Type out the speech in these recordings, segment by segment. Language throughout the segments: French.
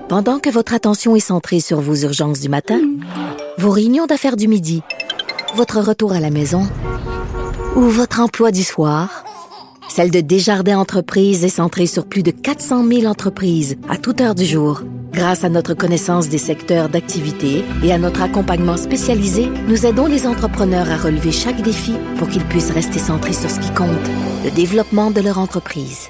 Pendant que votre attention est centrée sur vos urgences du matin, vos réunions d'affaires du midi, votre retour à la maison ou votre emploi du soir, celle de Desjardins Entreprises est centrée sur plus de 400 000 entreprises à toute heure du jour. Grâce à notre connaissance des secteurs d'activité et à notre accompagnement spécialisé, nous aidons les entrepreneurs à relever chaque défi pour qu'ils puissent rester centrés sur ce qui compte, le développement de leur entreprise.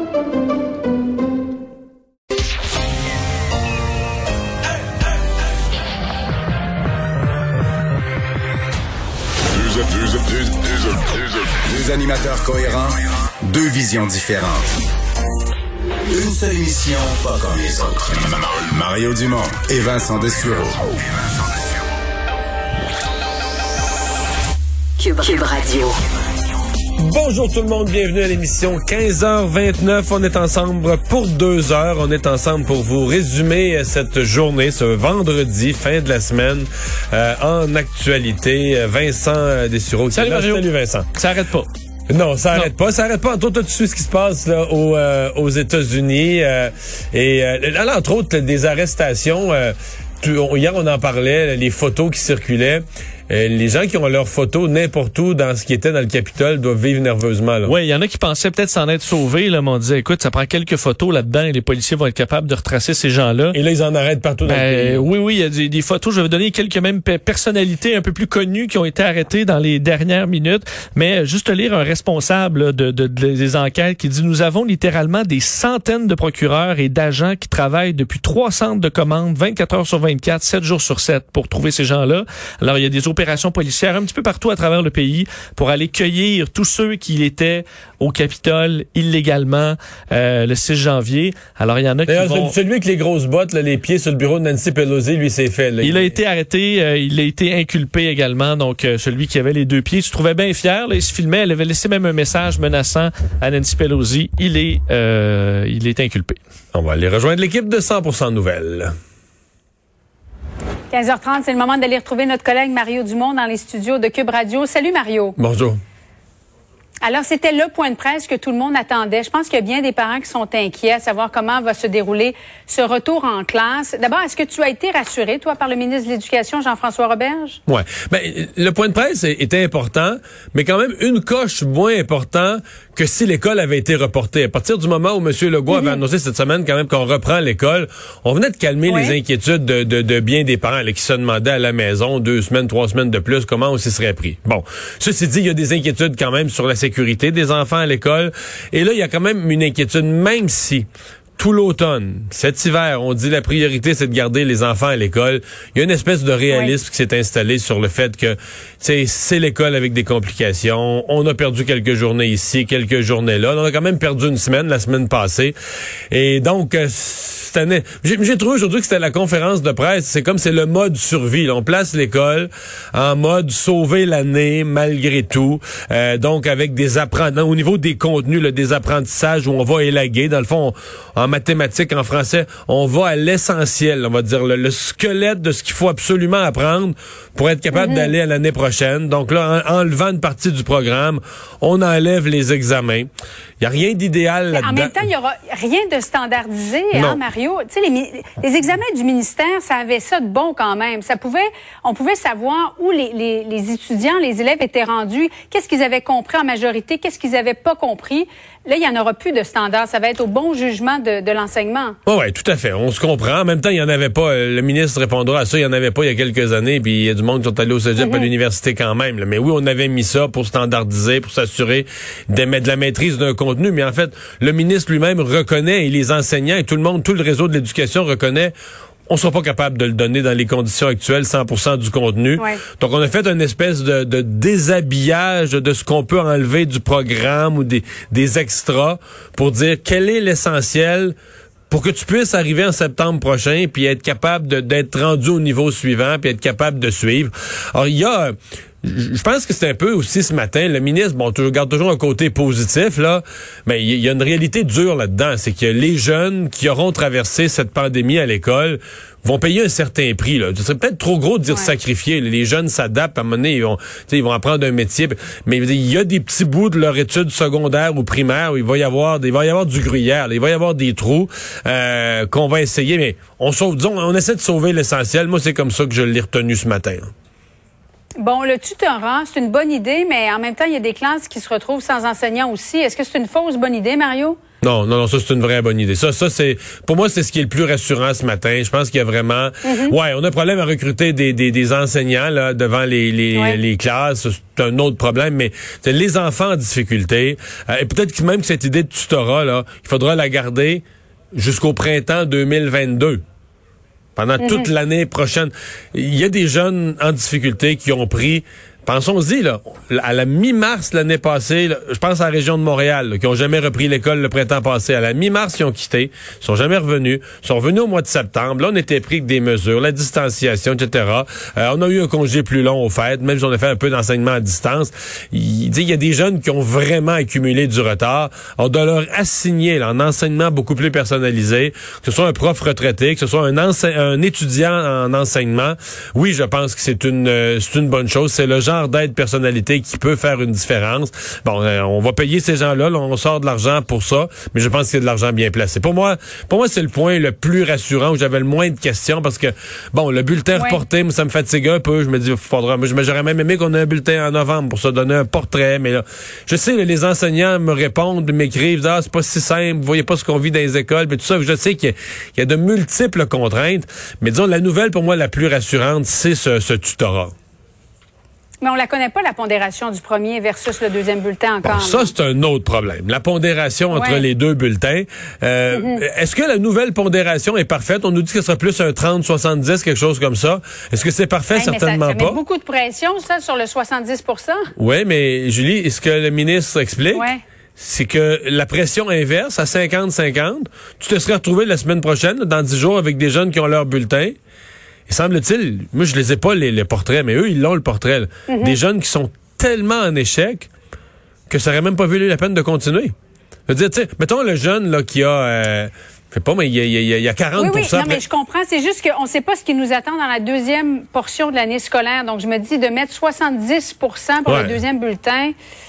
Deux animateurs cohérents, deux visions différentes. Une seule émission, pas comme les autres. Mario Dumont et Vincent Dessureau. Cube Radio. Bonjour tout le monde, bienvenue à l'émission 15h29. On est ensemble pour 2 heures. On est ensemble pour vous résumer cette journée, ce vendredi, fin de la semaine, en actualité. Vincent Dessureau. Salut Mario. Salut Vincent. Ça arrête pas. Non, ça arrête pas. Ça arrête pas. Entre autres, tu sais ce qui se passe là, aux États-Unis. Là, entre autres, des arrestations. Hier, on en parlait, les photos qui circulaient. Les gens qui ont leurs photos n'importe où dans ce qui était dans le Capitole doivent vivre nerveusement. Oui, il y en a qui pensaient peut-être s'en être sauvés, là, mais on disait, écoute, ça prend quelques photos là-dedans et les policiers vont être capables de retracer ces gens-là. Et là, ils en arrêtent partout dans le pays. Oui, il y a des photos. Je vais vous donner quelques même personnalités un peu plus connues qui ont été arrêtées dans les dernières minutes. Mais juste lire un responsable des enquêtes qui dit, nous avons littéralement des centaines de procureurs et d'agents qui travaillent depuis 3 centres de commande, 24 heures sur 24, 7 jours sur 7 pour trouver ces gens-là. Alors, il y a des opérations policières un petit peu partout à travers le pays pour aller cueillir tous ceux qui étaient au Capitole illégalement le 6 janvier. Alors, il y en a qui vont... Celui avec les grosses bottes, là, les pieds sur le bureau de Nancy Pelosi, lui, c'est fait. Là. Il a été arrêté, il a été inculpé également. Donc, celui qui avait les 2 pieds, il se trouvait bien fier. Là, il se filmait, elle avait laissé même un message menaçant à Nancy Pelosi. Il est inculpé. On va aller rejoindre l'équipe de 100% Nouvelles. 15h30, c'est le moment d'aller retrouver notre collègue Mario Dumont dans les studios de Cube Radio. Salut Mario. Bonjour. Alors, c'était le point de presse que tout le monde attendait. Je pense qu'il y a bien des parents qui sont inquiets à savoir comment va se dérouler ce retour en classe. D'abord, est-ce que tu as été rassuré, toi, par le ministre de l'Éducation, Jean-François Roberge? Ouais. Le point de presse était important, mais quand même une coche moins important que si l'école avait été reportée. À partir du moment où M. Legault avait annoncé cette semaine quand même qu'on reprend l'école, on venait de calmer les inquiétudes de bien des parents là, qui se demandaient à la maison 2 semaines, 3 semaines de plus comment on s'y serait pris. Bon, ceci dit, il y a des inquiétudes quand même sur la sécurité des enfants à l'école. Et là, il y a quand même une inquiétude, même si tout l'automne, cet hiver, on dit la priorité, c'est de garder les enfants à l'école. Il y a une espèce de réalisme qui s'est installé sur le fait que c'est l'école avec des complications. On a perdu quelques journées ici, quelques journées là. On a quand même perdu une semaine, la semaine passée. Et donc, cette année, j'ai trouvé aujourd'hui que c'était la conférence de presse. C'est comme c'est le mode survie. Là, on place l'école en mode sauver l'année malgré tout. Donc, avec des apprenants, au niveau des contenus, là, des apprentissages où on va élaguer. Dans le fond, en mathématiques, en français, on va à l'essentiel, on va dire le squelette de ce qu'il faut absolument apprendre pour être capable d'aller à l'année prochaine. Donc là, en enlevant une partie du programme, on enlève les examens. Il n'y a rien d'idéal là-dedans. En même temps, il n'y aura rien de standardisé, hein, Mario? Tu sais, les examens du ministère, ça avait ça de bon quand même. On pouvait savoir où les étudiants, les élèves étaient rendus, qu'est-ce qu'ils avaient compris en majorité, qu'est-ce qu'ils n'avaient pas compris. Là, il n'y en aura plus de standards. Ça va être au bon jugement de l'enseignement. Oui, tout à fait. On se comprend. En même temps, il n'y en avait pas. Le ministre répondra à ça. Il n'y en avait pas il y a quelques années. Puis il y a du monde qui sont allés au cégep à l'université quand même. Là. Mais oui, on avait mis ça pour standardiser, pour s'assurer de la maîtrise d'un contenu. Mais en fait, le ministre lui-même reconnaît, et les enseignants et tout le monde, tout le réseau de l'éducation reconnaît, on sera pas capable de le donner dans les conditions actuelles, 100% du contenu. Ouais. Donc, on a fait une espèce de déshabillage de ce qu'on peut enlever du programme ou des extras pour dire quel est l'essentiel pour que tu puisses arriver en septembre prochain puis être capable d'être rendu au niveau suivant puis être capable de suivre. Alors, il y a je pense que c'est un peu aussi ce matin, le ministre, bon, tu regardes toujours un côté positif, là, mais il y a une réalité dure là-dedans, c'est que les jeunes qui auront traversé cette pandémie à l'école vont payer un certain prix, là. Ce serait peut-être trop gros de dire sacrifier. Les jeunes s'adaptent, à un moment donné, ils vont apprendre un métier, mais il y a des petits bouts de leur étude secondaire ou primaire où il va y avoir du gruyère, là, il va y avoir des trous qu'on va essayer, mais on essaie de sauver l'essentiel. Moi, c'est comme ça que je l'ai retenu ce matin, là. Bon, le tutorat, c'est une bonne idée, mais en même temps, il y a des classes qui se retrouvent sans enseignants aussi. Est-ce que c'est une fausse bonne idée, Mario? Non, ça c'est une vraie bonne idée. Ça c'est pour moi c'est ce qui est le plus rassurant ce matin. Je pense qu'il y a vraiment ouais, on a un problème à recruter des enseignants là devant les classes, c'est un autre problème, mais c'est les enfants en difficulté et peut-être que même que cette idée de tutorat là, il faudra la garder jusqu'au printemps 2022. Pendant toute l'année prochaine. Il y a des jeunes en difficulté qui ont pris, pensons-y, là, à la mi-mars l'année passée, là, je pense à la région de Montréal, là, qui ont jamais repris l'école le printemps passé. À la mi-mars, ils ont quitté, ils sont jamais revenus, ils sont revenus au mois de septembre. Là, on était pris avec des mesures, la distanciation, etc. On a eu un congé plus long aux fêtes, même si on a fait un peu d'enseignement à distance. Il y a des jeunes qui ont vraiment accumulé du retard. On doit leur assigner là, un enseignement beaucoup plus personnalisé, que ce soit un prof retraité, que ce soit un étudiant en enseignement. Oui, je pense que c'est une bonne chose. C'est le genre d'aide personnalité qui peut faire une différence. Bon, on va payer ces gens-là, là, on sort de l'argent pour ça, mais je pense que c'est de l'argent bien placé. Pour moi, c'est le point le plus rassurant où j'avais le moins de questions parce que, bon, le bulletin reporté, ça me fatigue un peu. Je me dis, j'aurais même aimé qu'on ait un bulletin en novembre pour se donner un portrait, mais là, je sais, là, les enseignants me répondent, m'écrivent, c'est pas si simple, vous voyez pas ce qu'on vit dans les écoles, mais tout ça, je sais qu'il y a de multiples contraintes, mais disons, la nouvelle pour moi la plus rassurante, c'est ce tutorat. Mais on la connaît pas, la pondération du premier versus le deuxième bulletin encore. Bon, ça, c'est un autre problème. La pondération entre les deux bulletins. Est-ce que la nouvelle pondération est parfaite? On nous dit que ce sera plus un 30-70, quelque chose comme ça. Est-ce que c'est parfait? Certainement ça pas. Ça met beaucoup de pression, ça, sur le 70 %. Oui, mais Julie, ce que le ministre explique, c'est que la pression inverse, à 50-50, tu te serais retrouvé la semaine prochaine, dans 10 jours, avec des jeunes qui ont leur bulletin. Et semble-t-il, moi je les ai pas les portraits, mais eux ils l'ont le portrait. Des jeunes qui sont tellement en échec que ça aurait même pas valu la peine de continuer. Je veux dire, tu sais, mettons le jeune là qui a, je sais pas, mais il y a 40%. Oui, non, mais je comprends. C'est juste qu'on sait pas ce qui nous attend dans la deuxième portion de l'année scolaire. Donc je me dis de mettre 70% pour le deuxième bulletin.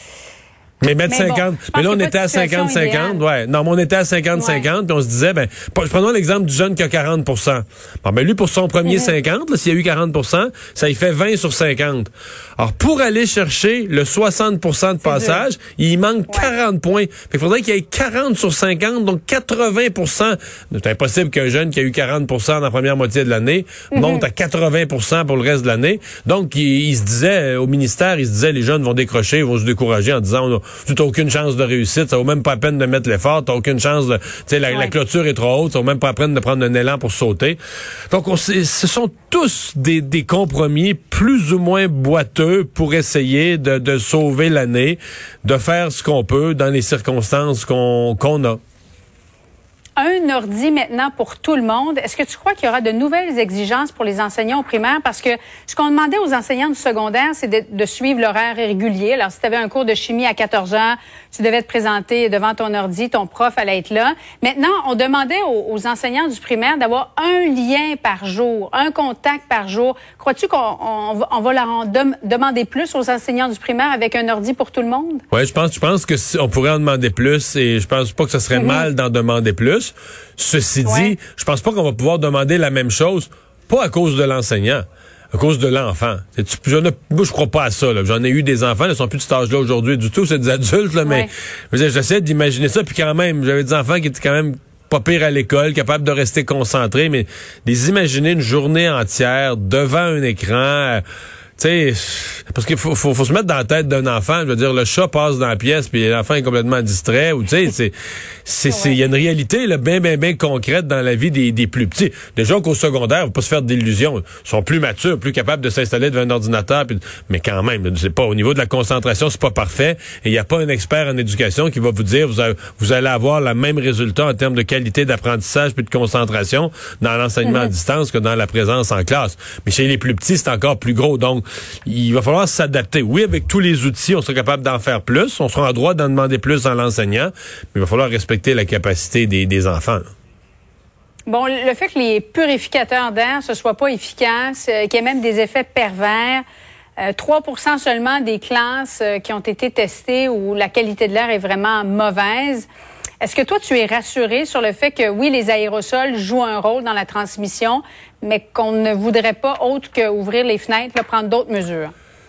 Mais mettre 50. Mais là, on était à 50-50. Ouais. Non, mais on était à 50-50. Puis on se disait, prenons l'exemple du jeune qui a 40%. Bon, ben, lui, pour son premier 50, là, s'il y a eu 40%, ça y fait 20 sur 50. Alors, pour aller chercher le 60% de passage, il manque 40 points. Fait qu'il faudrait qu'il y ait 40 sur 50, donc 80%. C'est impossible qu'un jeune qui a eu 40% dans la première moitié de l'année monte à 80% pour le reste de l'année. Donc, il se disait, au ministère, les jeunes vont décrocher, ils vont se décourager en disant, tu n'as aucune chance de réussite, ça vaut même pas la peine de mettre l'effort, t'as aucune chance de, tu sais, la clôture est trop haute, ça vaut même pas la peine de prendre un élan pour sauter. Donc, ce sont tous des compromis plus ou moins boiteux pour essayer de sauver l'année, de faire ce qu'on peut dans les circonstances qu'on a. Un ordi maintenant pour tout le monde. Est-ce que tu crois qu'il y aura de nouvelles exigences pour les enseignants au primaire? Parce que ce qu'on demandait aux enseignants du secondaire, c'est de suivre l'horaire régulier. Alors, si tu avais un cours de chimie à 14 heures, tu devais te présenter devant ton ordi, ton prof allait être là. Maintenant, on demandait aux enseignants du primaire d'avoir un lien par jour, un contact par jour. Crois-tu qu'on va leur en demander plus aux enseignants du primaire avec un ordi pour tout le monde? Oui, je pense que on pourrait en demander plus et je pense pas que ce serait mal d'en demander plus. Ceci dit, je pense pas qu'on va pouvoir demander la même chose, pas à cause de l'enseignant, à cause de l'enfant. Moi, je crois pas à ça. Là. J'en ai eu des enfants, ils sont plus de cet âge-là aujourd'hui du tout, c'est des adultes, là, mais j'essaie d'imaginer ça, puis quand même, j'avais des enfants qui étaient quand même pas pire à l'école, capables de rester concentrés, mais les imaginer une journée entière devant un écran... tu sais, parce qu'il faut se mettre dans la tête d'un enfant. Je veux dire, le chat passe dans la pièce puis l'enfant est complètement distrait. Ou tu sais, il y a une réalité là, bien concrète dans la vie des plus petits. Déjà qu'au secondaire, faut pas se faire d'illusions. Ils sont plus matures, plus capables de s'installer devant un ordinateur. Mais quand même, c'est pas au niveau de la concentration, c'est pas parfait. Et il y a pas un expert en éducation qui va vous dire vous allez avoir le même résultat en termes de qualité d'apprentissage puis de concentration dans l'enseignement à distance que dans la présence en classe. Mais chez les plus petits, c'est encore plus gros. Donc Donc, il va falloir s'adapter. Oui, avec tous les outils, on sera capable d'en faire plus. On sera en droit d'en demander plus dans l'enseignant. Mais il va falloir respecter la capacité des enfants. Bon, le fait que les purificateurs d'air ne soient pas efficaces, qu'il y ait même des effets pervers, 3% seulement des classes qui ont été testées où la qualité de l'air est vraiment mauvaise. Est-ce que toi, tu es rassuré sur le fait que, oui, les aérosols jouent un rôle dans la transmission, mais qu'on ne voudrait pas autre qu'ouvrir les fenêtres, là, prendre d'autres mesures?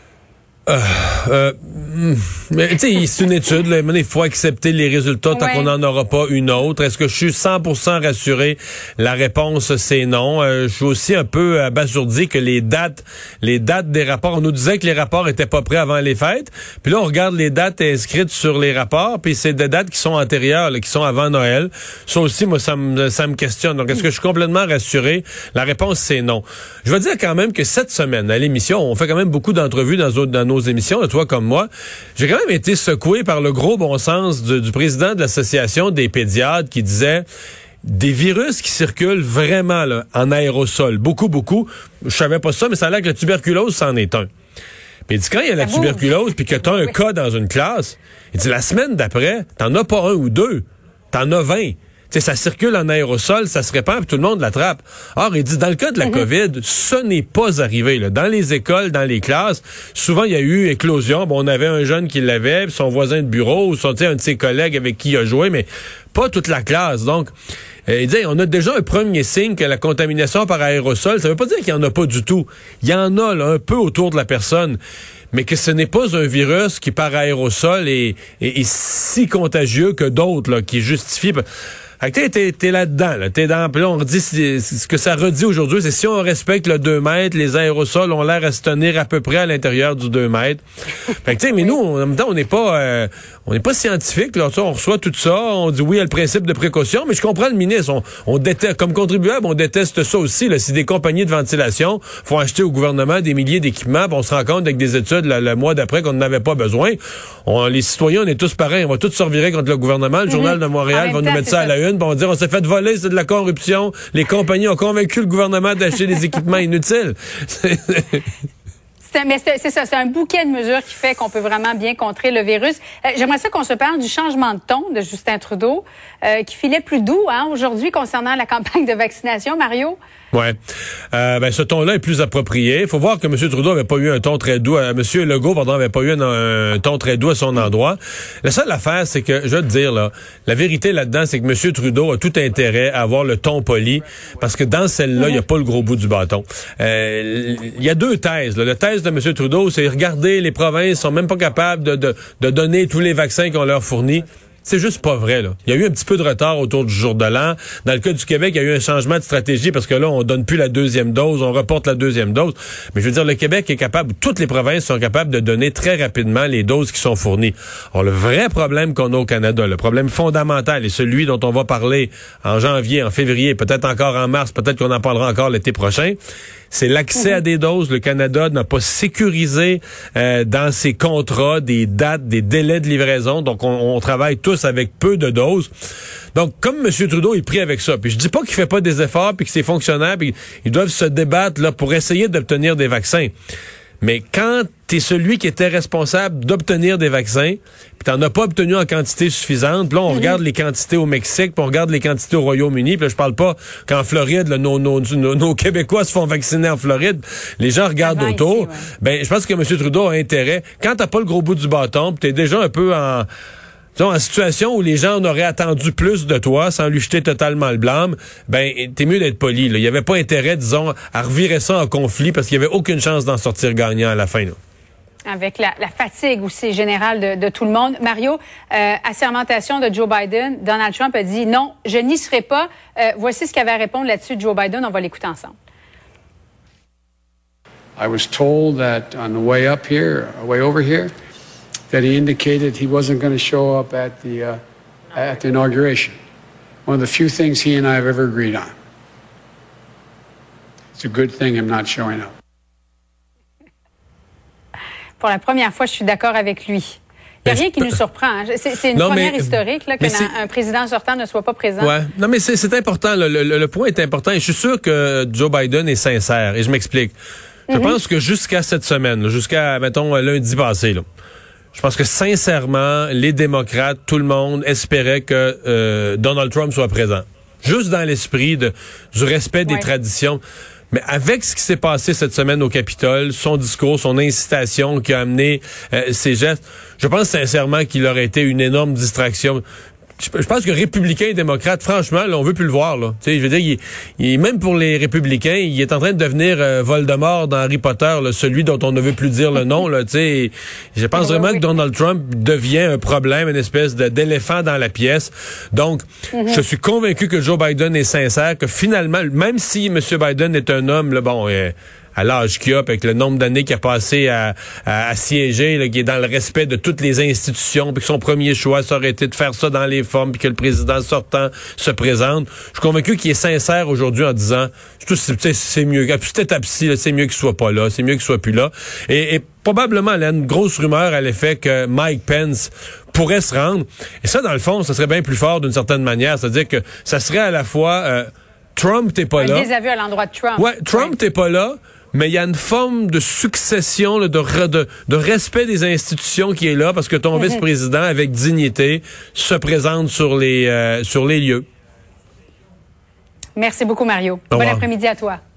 Mais tu sais, c'est une étude, là, il faut accepter les résultats tant qu'on n'en aura pas une autre. Est-ce que je suis 100% rassuré? La réponse, c'est non. Je suis aussi un peu abasourdi que les dates des rapports, on nous disait que les rapports étaient pas prêts avant les fêtes, puis là, on regarde les dates inscrites sur les rapports, puis c'est des dates qui sont antérieures, là, qui sont avant Noël. Ça aussi, moi, ça me questionne. Donc, est-ce que je suis complètement rassuré? La réponse, c'est non. Je veux dire quand même que cette semaine, à l'émission, on fait quand même beaucoup d'entrevues dans nos émissions, toi comme moi. J'ai quand même été secoué par le gros bon sens du président de l'association des pédiatres qui disait des virus qui circulent vraiment là, en aérosol. Beaucoup. Je savais pas ça, mais ça a l'air que la tuberculose, c'en est un. Mais il dit, quand il y a la tuberculose puis que t'as un cas dans une classe, il dit, la semaine d'après, t'en as pas un ou deux, t'en as 20. T'sais, ça circule en aérosol, ça se répand, puis tout le monde l'attrape. Or, il dit, dans le cas de la COVID, ce n'est pas arrivé. Là. Dans les écoles, dans les classes, souvent, il y a eu éclosion. Bon, on avait un jeune qui l'avait, puis son voisin de bureau, ou un de ses collègues avec qui il a joué, mais pas toute la classe. Donc, il dit, on a déjà un premier signe que la contamination par aérosol, ça veut pas dire qu'il y en a pas du tout. Il y en a là, un peu autour de la personne. Mais que ce n'est pas un virus qui, par aérosol, est si contagieux que d'autres, là, qui justifie... Fait que t'es là-dedans, là. T'es dans. Puis là, on redit ce que ça redit aujourd'hui, c'est si on respecte le 2 mètres, les aérosols ont l'air à se tenir à peu près à l'intérieur du 2 mètres. Fait que tu sais, mais nous, en même temps, on n'est pas scientifique, là. On reçoit tout ça, on dit oui, il y a le principe de précaution, mais je comprends le ministre. On déteste, comme contribuable, on déteste ça aussi, là. Si des compagnies de ventilation font acheter au gouvernement des milliers d'équipements, puis on se rend compte avec des études le mois d'après qu'on n'en avait pas besoin. Les citoyens, on est tous pareils, on va tous se revirer contre le gouvernement. Le Journal de Montréal va nous mettre ça à la une. On va dire, on s'est fait voler, c'est de la corruption. Les compagnies ont convaincu le gouvernement d'acheter des équipements inutiles. Mais c'est ça, c'est un bouquet de mesures qui fait qu'on peut vraiment bien contrer le virus. J'aimerais ça qu'on se parle du changement de ton de Justin Trudeau, qui filait plus doux aujourd'hui concernant la campagne de vaccination, Mario. Ouais. Ce ton-là est plus approprié. Il faut voir que M. Trudeau avait pas eu un ton très doux. M. Legault, avait pas eu un ton très doux à son endroit. La seule affaire, c'est que, je veux te dire, là, la vérité là-dedans, c'est que M. Trudeau a tout intérêt à avoir le ton poli, parce que dans celle-là, il n'y a pas le gros bout du bâton. Il y a deux thèses, là. La thèse de M. Trudeau, c'est regardez, les provinces sont même pas capables de donner tous les vaccins qu'on leur fournit. C'est juste pas vrai, là. Il y a eu un petit peu de retard autour du jour de l'an. Dans le cas du Québec, il y a eu un changement de stratégie parce que là, on donne plus la deuxième dose, on reporte la deuxième dose. Mais je veux dire, le Québec est capable, toutes les provinces sont capables de donner très rapidement les doses qui sont fournies. Alors, le vrai problème qu'on a au Canada, le problème fondamental et celui dont on va parler en janvier, en février, peut-être encore en mars, peut-être qu'on en parlera encore l'été prochain, c'est l'accès à des doses. Le Canada n'a pas sécurisé dans ses contrats des dates, des délais de livraison. Donc, on travaille tous avec peu de doses. Donc, comme M. Trudeau est pris avec ça, puis je dis pas qu'il fait pas des efforts, puis que ses fonctionnaires, puis ils doivent se débattre là pour essayer d'obtenir des vaccins. Mais quand t'es celui qui était responsable d'obtenir des vaccins, puis t'en as pas obtenu en quantité suffisante, puis là, on regarde les quantités au Mexique, puis on regarde les quantités au Royaume-Uni, puis là, je parle pas qu'en Floride, là, nos Québécois se font vacciner en Floride, les gens regardent autour. Ici, ouais. Ben, je pense que M. Trudeau a intérêt, quand t'as pas le gros bout du bâton, puis t'es déjà un peu en situation où les gens en auraient attendu plus de toi, sans lui jeter totalement le blâme, ben, t'es mieux d'être poli, là. Il y avait pas intérêt, disons, à revirer ça en conflit parce qu'il y avait aucune chance d'en sortir gagnant à la fin, là. Avec la fatigue aussi générale de tout le monde. Mario, assermentation de Joe Biden, Donald Trump a dit non, je n'y serai pas. Voici ce qu'avait à répondre là-dessus Joe Biden. On va l'écouter ensemble. I was told that on the way up here, way over here, that he indicated he wasn't going to show up at the inauguration. One of the few things he and I have ever agreed on. It's a good thing I'm not showing up. Pour la première fois, je suis d'accord avec lui. Il n'y a rien qui nous surprend. Hein. C'est une première historique là, qu'un président sortant ne soit pas présent. Ouais. Non, mais c'est important. Le point est important. Et je suis sûr que Joe Biden est sincère. Et je m'explique. Je pense que jusqu'à cette semaine, jusqu'à, mettons, lundi passé, là, je pense que sincèrement, les démocrates, tout le monde espérait que Donald Trump soit présent. Juste dans l'esprit du respect des traditions. Mais avec ce qui s'est passé cette semaine au Capitole, son discours, son incitation qui a amené ses gestes, je pense sincèrement qu'il aurait été une énorme distraction. Je pense que républicains et démocrates, franchement, là, on veut plus le voir. Là. Je veux dire, même pour les républicains, il est en train de devenir Voldemort dans Harry Potter, là, celui dont on ne veut plus dire le nom. Là, je pense vraiment que Donald Trump devient un problème, une espèce d'éléphant dans la pièce. Donc, je suis convaincu que Joe Biden est sincère, que finalement, même si M. Biden est un homme, là, bon... à l'âge qu'il a, avec le nombre d'années qu'il a passé à siéger, là, qui est dans le respect de toutes les institutions, puis que son premier choix, ça aurait été de faire ça dans les formes, puis que le président sortant se présente. Je suis convaincu qu'il est sincère aujourd'hui en disant, c'est mieux, à cette étape-ci, c'est mieux qu'il soit pas là, c'est mieux qu'il soit plus là. Et probablement, là, une grosse rumeur à l'effet que Mike Pence pourrait se rendre. Et ça, dans le fond, ça serait bien plus fort d'une certaine manière. C'est-à-dire que ça serait à la fois Trump, t'es pas là. Un désaveu à l'endroit de Trump. Ouais, Trump, t'es pas là. Mais il y a une forme de succession, là, de respect des institutions qui est là parce que ton vice-président, avec dignité, se présente sur les lieux. Merci beaucoup, Mario. Bon après-midi à toi.